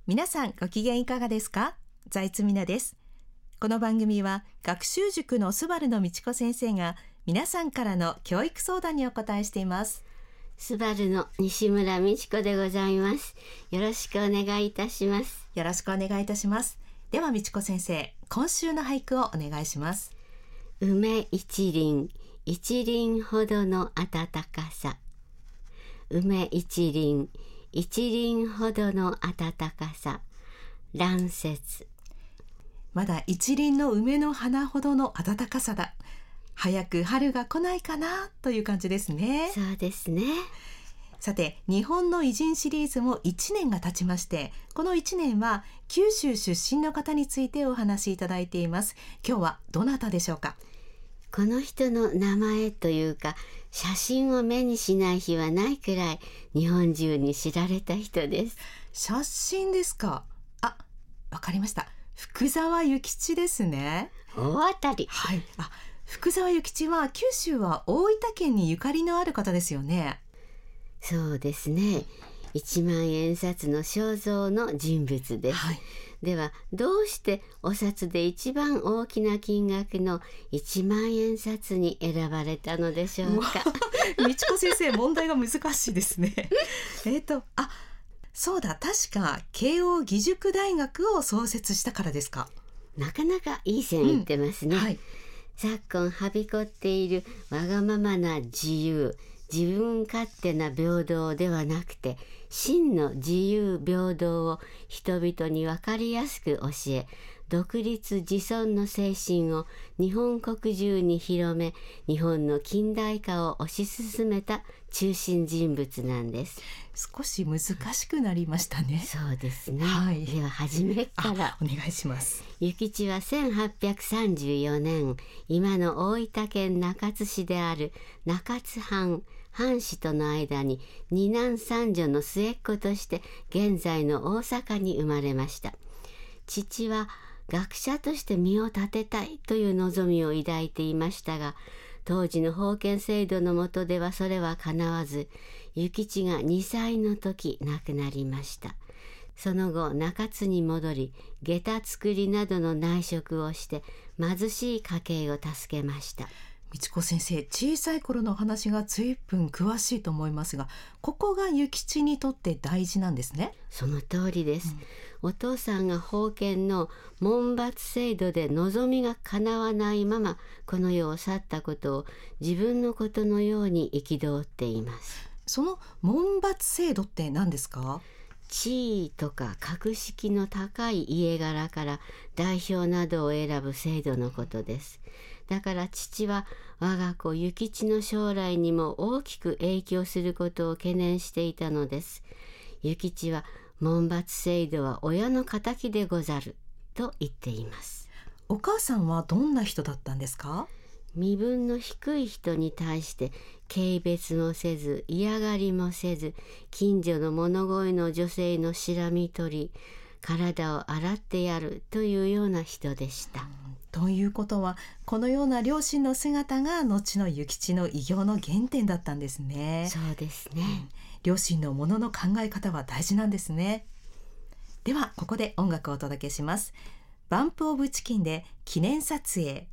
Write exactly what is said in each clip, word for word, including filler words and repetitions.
皆さんご機嫌いかがですか？財津美奈です。この番組は学習塾のスバルの道子先生が皆さんからの教育相談にお答えしています。 スバルの西村美智子でございます。よろしくお願いいたします。 よろしくお願いいたします。では美智子先生、今週の俳句をお願いします。 梅一輪、一輪ほどの暖かさ。梅一輪、一輪ほどの暖かさ。乱節。 まだ一輪の梅の花ほどの暖かさだ。早く春が来ないかなという感じですね。 そうですね。 さて、日本の偉人シリーズもいちねんが経ちまして、このいちねんは九州出身の方についてお話しいただいています。今日はどなたでしょうか？ この人の名前というか写真を目にしない日はないくらい日本中に知られた人です。 写真ですか？あ、わかりました。福沢諭吉ですね。 大当たり。 はい。あ、福沢諭吉は九州は大分県にゆかりのある方ですよね。 そうですね。一万円札の肖像の人物です。 はい。 ではどうしてお札で一番大きな金額の一万円札に選ばれたのでしょうか？ 美智子先生、問題が難しいですね。えっと、あ、そうだ、確か慶応義塾大学を創設したからですか？ なかなかいい線いってますね。 うん、はい。 昨今はびこっているわがままな自由、自分勝手な平等ではなくて、真の自由平等を人々に分かりやすく教え、独立自尊の精神を日本国中に広め、日本の近代化を推し進めた中心人物なんです。 少し難しくなりましたね。 そうですね。 はい、 では初めからお願いします。 諭吉はせんはっぴゃくさんじゅうよねん、今の大分県中津市である中津藩藩士との間に二男三女の末っ子として現在の大阪に生まれました。父は学者として身を立てたいという望みを抱いていましたが、当時の封建制度の下ではそれは叶わず、諭吉がにさいの時亡くなりました。その後中津に戻り、下駄作りなどの内職をして貧しい家計を助けました。 美智子先生、小さい頃の話が随分詳しいと思いますが、ここが諭吉にとって大事なんですね。 その通りです、うん、お父さんが封建の門閥制度で望みが叶わないままこの世を去ったことを自分のことのように憤っています。 その門閥制度って何ですか？ 地位とか格式の高い家柄から代表などを選ぶ制度のことです。だから父は我が子諭吉の将来にも大きく影響することを懸念していたのです。諭吉は門閥制度は親の敵でござると言っています。 お母さんはどんな人だったんですか？ 身分の低い人に対して軽蔑もせず嫌がりもせず、近所の物乞いの女性のしらみ取り、体を洗ってやるというような人でした。うん、 ということはこのような両親の姿が後の諭吉の偉業の原点だったんですね。 そうですね、うん、 両親のものの考え方は大事なんですね。ではここで音楽をお届けします。バンプオブチキンで記念撮影。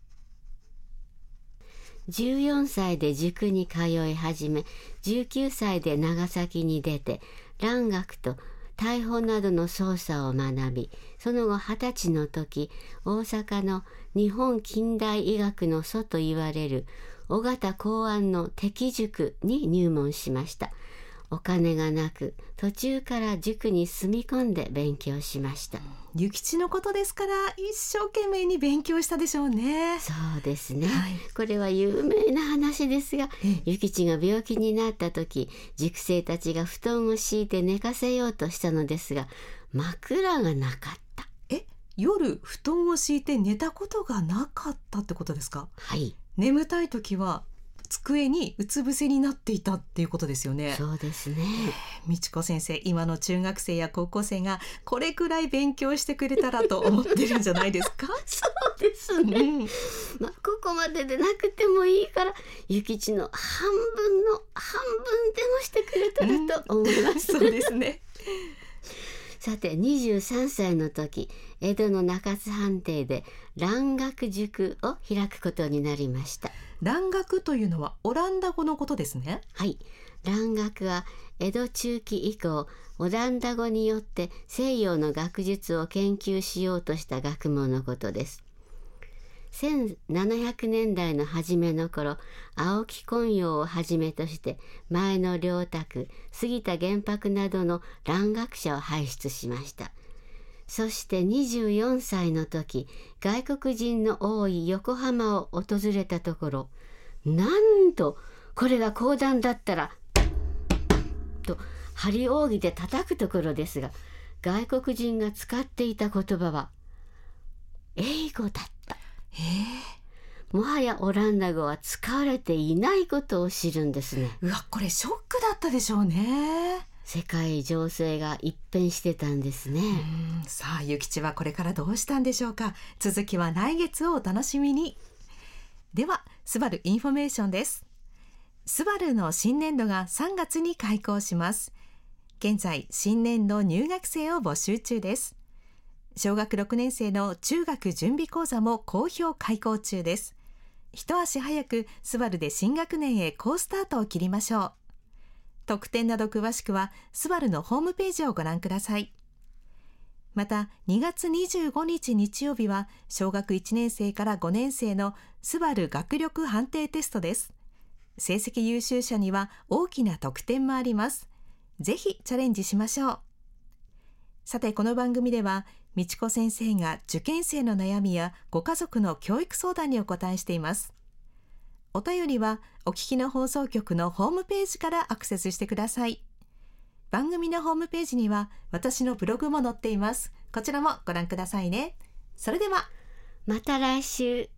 じゅうよんさいで塾に通い始め、じゅうきゅうさいで長崎に出て蘭学と大砲などの操作を学び、その後はたちの時、大阪の日本近代医学の祖と言われる緒方公安の適塾に入門しました。お金がなく途中から塾に住み込んで勉強しました。 諭吉のことですから一生懸命に勉強したでしょうね。 そうですね、 はい、 これは有名な話ですが、諭吉が病気になった時、塾生たちが布団を敷いて寝かせようとしたのですが、枕がなかった。 え、夜布団を敷いて寝たことがなかったってことですか？ はい。 眠たい時は机にうつ伏せになっていたっていうことですよね。 そうですね。 美智子先生、今の中学生や高校生がこれくらい勉強してくれたらと思ってるんじゃないですか？ そうですね、うん、まあ、ここまででなくてもいいから諭吉の半分の半分でもしてくれたらと思います、 うん、そうですね。 さてにじゅうさんさいの時、江戸の中津藩邸で蘭学塾を開くことになりました。 蘭学というのはオランダ語のことですね。 はい、蘭学は江戸中期以降、オランダ語によって西洋の学術を研究しようとした学問のことです。せんななひゃくねんだいの初めの頃、青木昆陽をはじめとして前野良沢、杉田玄白などの蘭学者を輩出しました。そしてにじゅうよんさいの時、外国人の多い横浜を訪れたところ、なんとこれが講談だったらと張扇で叩くところですが、外国人が使っていた言葉は英語だった。 へえ。 もはやオランダ語は使われていないことを知るんですね。 うわ、これショックだったでしょうね。 世界情勢が一変してたんですね。 うん、さあ諭吉はこれからどうしたんでしょうか。続きは来月をお楽しみに。ではスバルインフォメーションです。スバルの新年度がさんがつに開校します。現在新年度入学生を募集中です。小学ろくねん生の中学準備講座も好評開講中です。一足早くスバルで新学年へ好スタートを切りましょう。特典など詳しくはスバルのホームページをご覧ください。またにがつにじゅうごにち日曜日は小学いちねん生からごねん生のスバル学力判定テストです。成績優秀者には大きな特典もあります。ぜひチャレンジしましょう。さてこの番組では美智子先生が受験生の悩みやご家族の教育相談にお答えしています。お便りはお聞きの放送局のホームページからアクセスしてください。番組のホームページには私のブログも載っています。こちらもご覧くださいね。それではまた来週。